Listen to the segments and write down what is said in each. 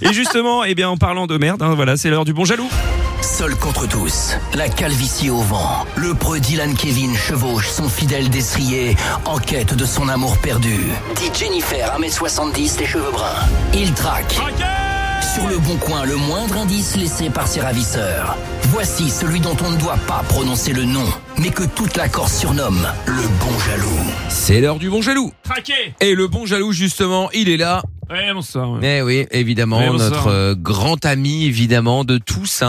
Et justement, eh bien, en parlant de merde, voilà, c'est l'heure du bon jaloux. Seul contre tous, la calvitie au vent, le preux Dylan Kevin chevauche son fidèle destrier en quête de son amour perdu. Dit Jennifer, 1m70, les cheveux bruns. Il traque. Sur le bon coin, le moindre indice laissé par ses ravisseurs. Voici celui dont on ne doit pas prononcer le nom, mais que toute la Corse surnomme le bon jaloux. C'est l'heure du bon jaloux. Traqué. Et le bon jaloux, justement, il est là. Ouais, bonsoir. Ouais. Eh oui, évidemment, Ouais, bonsoir. notre grand ami, évidemment, de tous,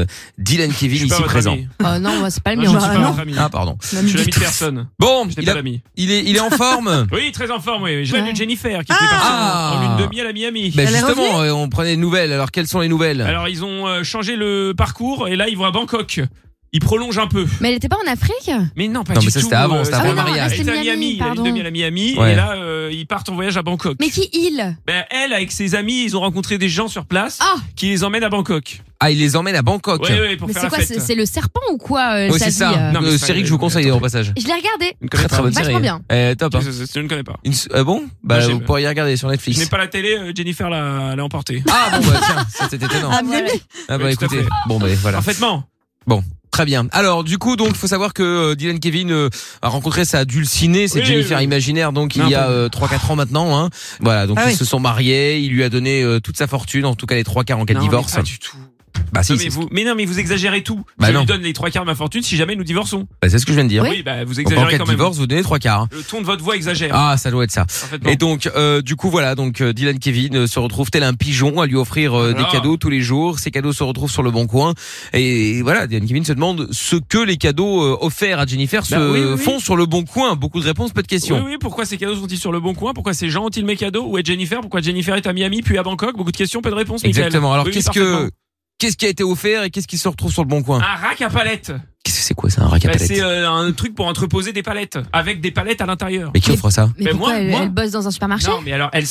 Dylan Kevin, ici présent. Non, moi, c'est pas le Non, mien. je suis pas votre ami. Ah, pardon. Je suis l'ami de personne. Bon, Je n'ai pas d'ami. il est en forme. Oui, très en forme, oui. Je l'ai Ouais. vu Jennifer, qui était partie en lune de miel à Miami. Ben Elle est justement, on prenait des nouvelles. Alors, quelles sont les nouvelles? Alors, ils ont changé le parcours et là, ils vont à Bangkok. Ils prolongent un peu. Mais elle était pas en Afrique? Mais non, pas Non, du mais ça, tout. c'était avant, c'était Ah avant oui, le non, mariage. là, Elle était à Miami, Miami, la lune de pardon. miel à Miami. Ouais. Et là, ils partent en voyage à Bangkok. Mais qui il? Ben, elle, avec ses amis, ils ont rencontré des gens sur place Ah. qui les emmènent à Bangkok. Ah, il les emmène à Bangkok. Ouais, pour Mais faire c'est la quoi? fête. C'est le serpent ou quoi? Oui, sa c'est vie, ça. Non, mais c'est Série pas- que je vous conseille au passage. Je l'ai regardé. Je ne connais Très très pas. bonne Vachement série. bien. Top. Hein. Je ne connais pas. Bon, bah Moi, j'ai- vous pourriez y regarder sur Je Netflix. n'ai pas la télé, Jennifer l'a emporté. Ah bon bah tiens, c'était étonnant. Ah, Miami. Ah bah Oui, tout à écoutez, fait. bon bah voilà. Parfaitement. Bon, très bien. Alors du coup donc il faut savoir que Dylan Kevin a rencontré sa dulcinée, cette Oui, Jennifer oui. imaginaire donc il Non, y a pas- 3-4 ans maintenant hein. Voilà, donc Ah ils oui. se sont mariés, il lui a donné toute sa fortune, en tout cas les 3/4 en cas de Non, divorce. mais pas du tout. Bah si, Non, c'est mais vous exagérez tout. Bah je non. lui donne les 3/4 de ma fortune si jamais nous divorçons. bah, c'est ce que je viens de dire. Oui, bah vous Donc, en exagérez cas quand de même. divorce, vous donnez 3/4. Le ton de votre voix exagère. Ah, ça doit être ça. Parfaitement. Et donc, du coup, voilà, donc Dylan Kevin se retrouve tel un pigeon à lui offrir des Alors. cadeaux tous les jours. Ces cadeaux se retrouvent sur le bon coin. Et voilà, Dylan Kevin se demande ce que les cadeaux offerts à Jennifer oui. font sur le bon coin. Beaucoup de réponses, peu de questions. Oui, pourquoi ces cadeaux sont-ils sur le bon coin? Pourquoi ces gens ont-ils mes cadeaux? Où est Jennifer? Pourquoi Jennifer est à Miami puis à Bangkok? Beaucoup de questions, peu de réponses, Mickaël. Exactement. Alors, Oui, qu'est-ce parfaitement. qui a été offert et qu'est-ce qui se retrouve sur le bon coin? Un rack à palettes. Qu'est-ce que c'est quoi ça, un rack à Bah, palettes? c'est un truc pour entreposer des palettes. Avec des palettes à l'intérieur. Mais qui offre ça? Mais Mais pourquoi moi- elle bosse dans un supermarché? Non, mais alors elle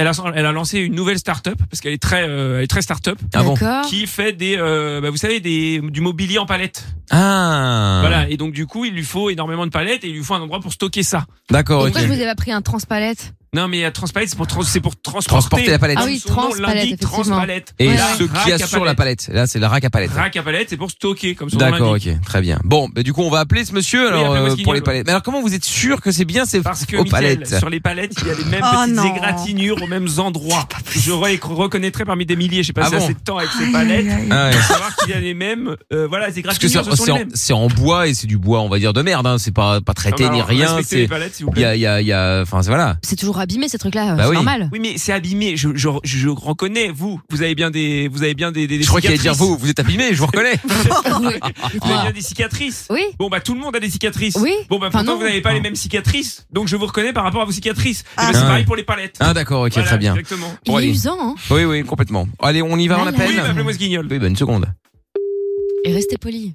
a lancé une nouvelle start-up parce qu'elle est très start-up Ah bon? D'accord. qui fait vous savez du mobilier en palette. Ah. Voilà, et donc du coup, il lui faut énormément de palettes et il lui faut un endroit pour stocker ça. D'accord, Et ok. pourquoi je vous ai pas pris un transpalette? Non, mais transpalette, c'est pour transporter. Transporter la palette. Ah oui, Son nom transpalette, l'indique, effectivement. transpalette. Et Ouais, ce qu'il y a rack à sur la palette. Là, c'est le rack à palette. Rack à palette, c'est pour stocker, comme son nom D'accord, l'indique. ok, très bien. Bon, bah, du coup, on va appeler ce monsieur alors appelez-moi ce pour guignol, les palettes. Mais alors, comment vous êtes sûr que c'est bien ces Parce que aux Mickaël, palettes? sur les palettes, il y a les mêmes Oh petites non. égratignures aux mêmes endroits. Je reconnaîtrais parmi des milliers. J'ai passé Ah bon assez de temps avec ces palettes. Ah ouais. Pour savoir qu'il y a les mêmes. Voilà, les Parce que égratignures, ce sont les mêmes. c'est en bois et c'est du bois, on va dire de merde. Hein. C'est pas traité Non, mais ni alors, rien. respectez C'est les palettes, s'il vous il y plaît. a, enfin voilà. C'est toujours abîmé ces trucs-là, Bah c'est oui. normal. Oui, mais c'est abîmé. Je reconnais. Vous avez bien des Je crois qu'il allait dire vous êtes abîmé, je vous reconnais. Oui. Vous avez bien des cicatrices. Oui. Bon bah tout le monde a des cicatrices. Oui. Bon bah Enfin, pourtant non. vous n'avez pas les mêmes cicatrices. Donc je vous reconnais par rapport à vos cicatrices. Et ben, c'est Ah. pareil pour les palettes. Ah d'accord, ok, Voilà, très bien. Exactement. Il Bon, est allez. usant, hein. Oui, complètement. Allez, on y va, on Là, appelle. Oui, bah, appelez-moi ce guignol. Oui, bah une seconde. Et restez poli.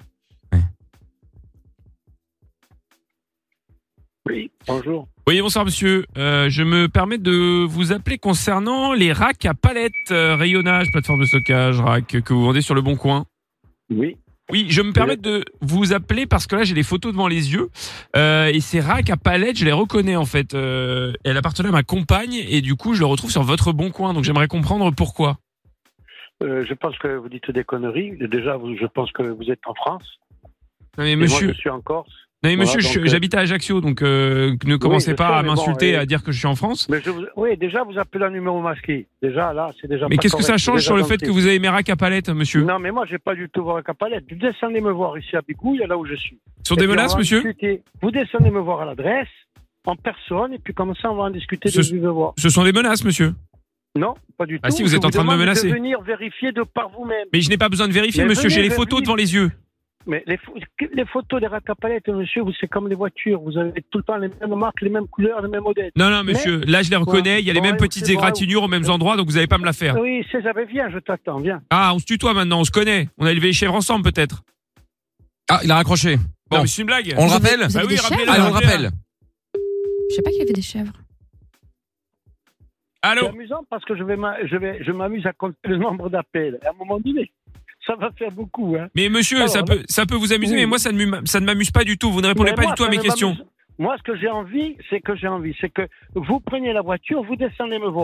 Oui, bonjour. Oui, bonsoir monsieur. Je me permets de vous appeler concernant les racks à palettes, rayonnage, plateforme de stockage, rack que vous vendez sur le Bon Coin. Oui. Oui, je me permets de vous appeler parce que là j'ai les photos devant les yeux et ces racks à palettes, je les reconnais en fait. Elle appartenait à ma compagne et du coup je le retrouve sur votre Bon Coin. Donc j'aimerais comprendre pourquoi. Je pense que vous dites des conneries. Déjà, je pense que vous êtes en France. Non mais Et monsieur, moi, je suis en Corse. non mais Voilà, monsieur, donc, j'habite à Ajaccio, donc ne commencez je pas sais, à mais bon, m'insulter, et- à dire que je suis en France. Mais oui, déjà, vous appelez un numéro masqué. Déjà, là, c'est déjà Mais pas qu'est-ce que ça correct, change c'est sur le déjà fait que gentil. vous avez mes racks à palettes, monsieur? Non, mais moi, j'ai pas du tout voir un palette. Vous descendez me voir ici à Bigouille, là où je suis. Sur Et des puis, menaces, on va monsieur? discuter. Vous descendez me voir à l'adresse, en personne, et puis comme ça, on va en discuter de Ce- vive voix. Ce sont des menaces, monsieur. Non, pas du tout. Ah si, vous Je êtes en train de me demande menacer. De venir vérifier de par vous-même. Mais je n'ai pas besoin de vérifier, Mais monsieur, j'ai venez, les photos venez. devant les yeux. Mais les photos des racks à palettes, monsieur, c'est comme les voitures. Vous avez tout le temps les mêmes marques, les mêmes couleurs, les mêmes modèles. Non, monsieur, là je les reconnais, il y a les Bon, mêmes ouais, petites c'est bon, égratignures aux mêmes endroits, donc vous n'allez pas me la faire. Oui, c'est ça. Viens, je t'attends, viens. Ah, on se tutoie maintenant, on se connaît. On a élevé les chèvres ensemble peut-être. Ah, il a raccroché. Non, Bon, mais c'est une blague. on le Vous avez- rappelle. vous avez Bah oui, des rappelez-le. chèvres Allez, on le rappelez-le. rappelle. Je sais pas qu'il y avait des chèvres. C'est Allô? amusant parce que je m'amuse à compter le nombre d'appels. À un moment donné, ça va faire beaucoup, hein. Mais monsieur, Alors, ça peut vous amuser, oui. mais moi ça ne m'amuse pas du tout. Vous ne répondez Mais pas moi, du tout à ça mes ne questions. m'amuse. Moi, ce que j'ai envie, c'est que vous preniez la voiture, vous descendez me voir.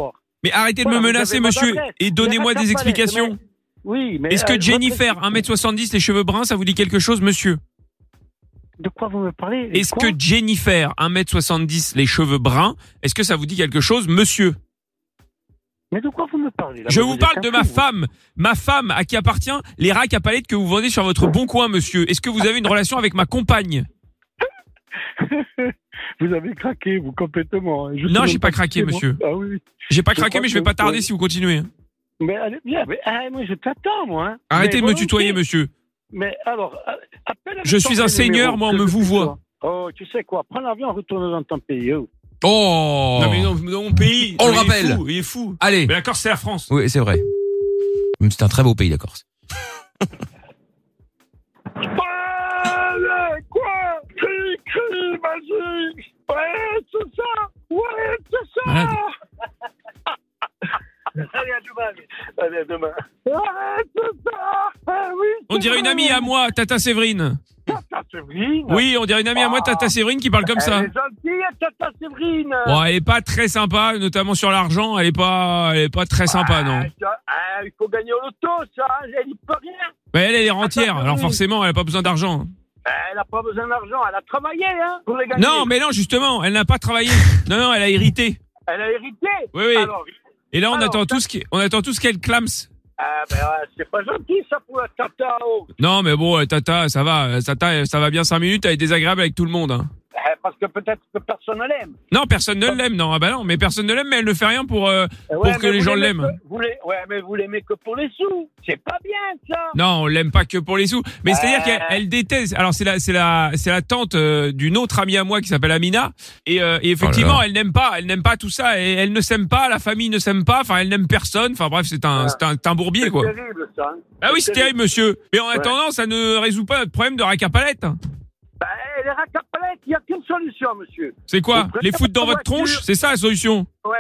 Mais arrêtez de Voilà, me vous menacer, avez pas monsieur, d'adresse. et donnez-moi Les des racapalettes, explications. mais- Oui, mais... Est-ce que votre- Jennifer, 1m70, les cheveux bruns, ça vous dit quelque chose, monsieur? De quoi vous me parlez? Est-ce Quoi que Jennifer, 1m70, les cheveux bruns, est-ce que ça vous dit quelque chose, monsieur? Mais de quoi vous me parlez là? Je Mais vous êtes parle un de ma fou, vous. femme à qui appartient les racks à palettes que vous vendez sur votre bon coin, monsieur. Est-ce que vous avez une relation avec ma compagne? Vous avez craqué, vous, complètement. Je sais Non, même j'ai pas craqué, qui c'est, moi. monsieur. Ah oui. J'ai pas Je craqué, crois mais je vais que- pas tarder ouais. si vous continuez. Mais allez, bien, mais moi je t'attends, moi. Hein. Arrêtez Mais de me volontiers. tutoyer, monsieur. Mais alors, appelle avec Je ton suis un vrai seigneur, numéro, moi, on que me je vous te voit. vois. Oh, tu sais quoi? Prends l'avion, retourne dans ton pays. Oh. Oh. Non, mais non, dans mon pays. On le il est rappelle. fou, il est fou. Allez. Mais la Corse, c'est la France. Oui, c'est vrai. C'est un très beau pays, la Corse. Quoi? Cri, magique. Ouais, c'est ça. Ouais, c'est ça. Malade. Allez, à demain. Allez, à demain. Ouais, c'est ça. Ah, oui, On dirait une amie à moi, Tata Séverine. Tata Séverine. Oui, on dirait une amie à moi, Tata Séverine, qui parle comme ça. Elle est gentille, Tata Séverine. Bon, elle est pas très sympa, notamment sur l'argent. Elle est pas très sympa, non. Il faut gagner au loto, ça. Elle y peut rien. Mais elle est rentière, alors oui. forcément, elle a pas besoin d'argent. Elle n'a pas besoin d'argent. Elle a travaillé, hein, pour les gagner. Non, mais non, justement, elle n'a pas travaillé. Non, elle a hérité. Elle a hérité. Oui, oui. Alors, Et là, on Alors, attend tout ce qu'elle clame. c'est pas gentil, ça, pour la Tata. Oh. Non, mais bon, Tata, ça va. Tata, ça va bien 5 minutes, elle est désagréable avec tout le monde. Hein. Parce que peut-être que personne ne l'aime. Non, personne ne l'aime, non. Ah bah non, mais personne ne l'aime, mais elle ne fait rien pour que mais les vous gens l'aimez l'aiment. mais vous l'aimez que pour les sous. C'est pas bien, ça. Non, on l'aime pas que pour les sous. Mais c'est-à-dire qu'elle déteste. Alors c'est la tante d'une autre amie à moi qui s'appelle Amina. Et effectivement, elle n'aime pas tout ça. Et elle ne s'aime pas, la famille ne s'aime pas. Enfin, elle n'aime personne. Enfin bref, c'est un bourbier, quoi. C'est terrible, ça. Hein. Ah oui, c'est terrible, monsieur. Mais en attendant, ça ne résout pas notre problème de rack à palette. Les racks à palettes, il n'y a qu'une solution, monsieur. C'est quoi? Vous prenez Les foutre dans votre votre tronche? voiture. C'est ça la solution? Ouais.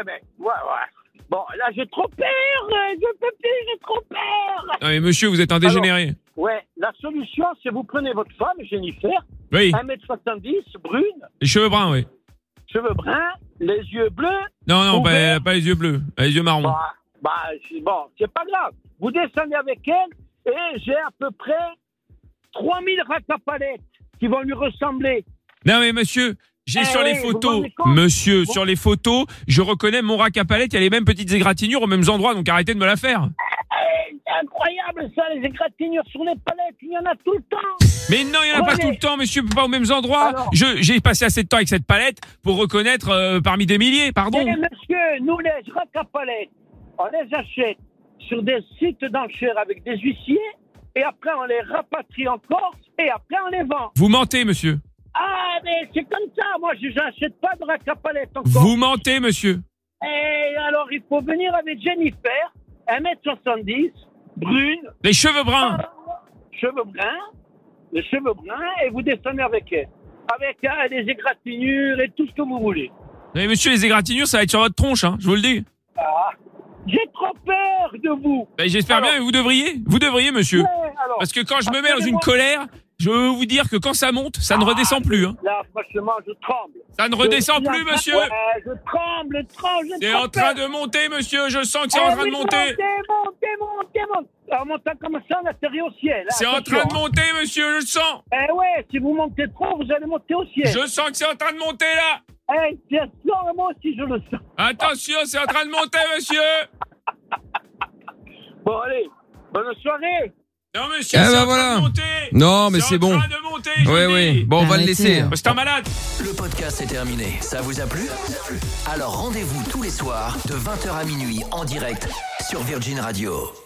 Bon, là, j'ai trop peur. Je peux plus, j'ai trop peur. Non mais monsieur, vous êtes un dégénéré. Ouais, la solution, c'est vous prenez votre femme, Jennifer, Oui, 1m70, brune, les cheveux bruns, oui. cheveux bruns, les yeux bleus. Non, Ouvert. pas les yeux bleus, les yeux marrons. C'est pas grave. Vous descendez avec elle et j'ai à peu près 3000 racks à palettes qui vont lui ressembler. Non mais monsieur, j'ai sur les vous vous photos, rendez compte monsieur, Bon. sur les photos, je reconnais mon rack à palette, il y a les mêmes petites égratignures aux mêmes endroits, donc arrêtez de me la faire. C'est incroyable ça, les égratignures sur les palettes, il y en a tout le temps. Mais non, il n'y en a Ouais, pas mais- tout le temps, monsieur, pas aux mêmes endroits. Alors J'ai passé assez de temps avec cette palette pour reconnaître parmi des milliers, pardon. Et monsieur, nous les racks à palettes, on les achète sur des sites d'enchères avec des huissiers et après on les rapatrie en Corse et après on les vend. Vous mentez, monsieur. Ah, mais c'est comme ça. Moi, je n'achète pas de racks à palettes encore. Vous mentez, monsieur. Et alors, il faut venir avec Jennifer, 1m70, brune, Les cheveux bruns. les cheveux bruns, et vous descendez avec elle. Avec des égratignures et tout ce que vous voulez. Mais monsieur, les égratignures, ça va être sur votre tronche, hein, je vous le dis. Ah, j'ai trop peur de vous. Ben, j'espère Alors- bien, mais vous devriez, monsieur. Ouais, alors, Parce que quand je me mets dans une appelez-moi. colère, je veux vous dire que quand ça monte, ça ne redescend plus. Hein. Là, franchement, je tremble. Ça ne redescend Je- plus, monsieur. Ouais, je tremble. j'ai C'est trop en train peur. de monter, monsieur. Je sens que c'est en train de monter. Monte. En montant comme ça, on atterrit au ciel. C'est en train de monter, monsieur. Je le sens. Ouais, si vous montez trop, vous allez monter au ciel. Je sens que c'est en train de monter, là. Bien sûr, moi aussi, je le sens. Attention, c'est en train de monter, monsieur. Bon, allez, bonne soirée. Non, monsieur, Eh c'est ben en train voilà. de monter. Non, mais c'est bon. en train de monter, je vous le Oui. dis. Bon, on va le Arrêtez, laisser. hein. C'est un malade. Le podcast est terminé. Ça vous a plu? Alors rendez-vous tous les soirs de 20h à minuit en direct sur Virgin Radio.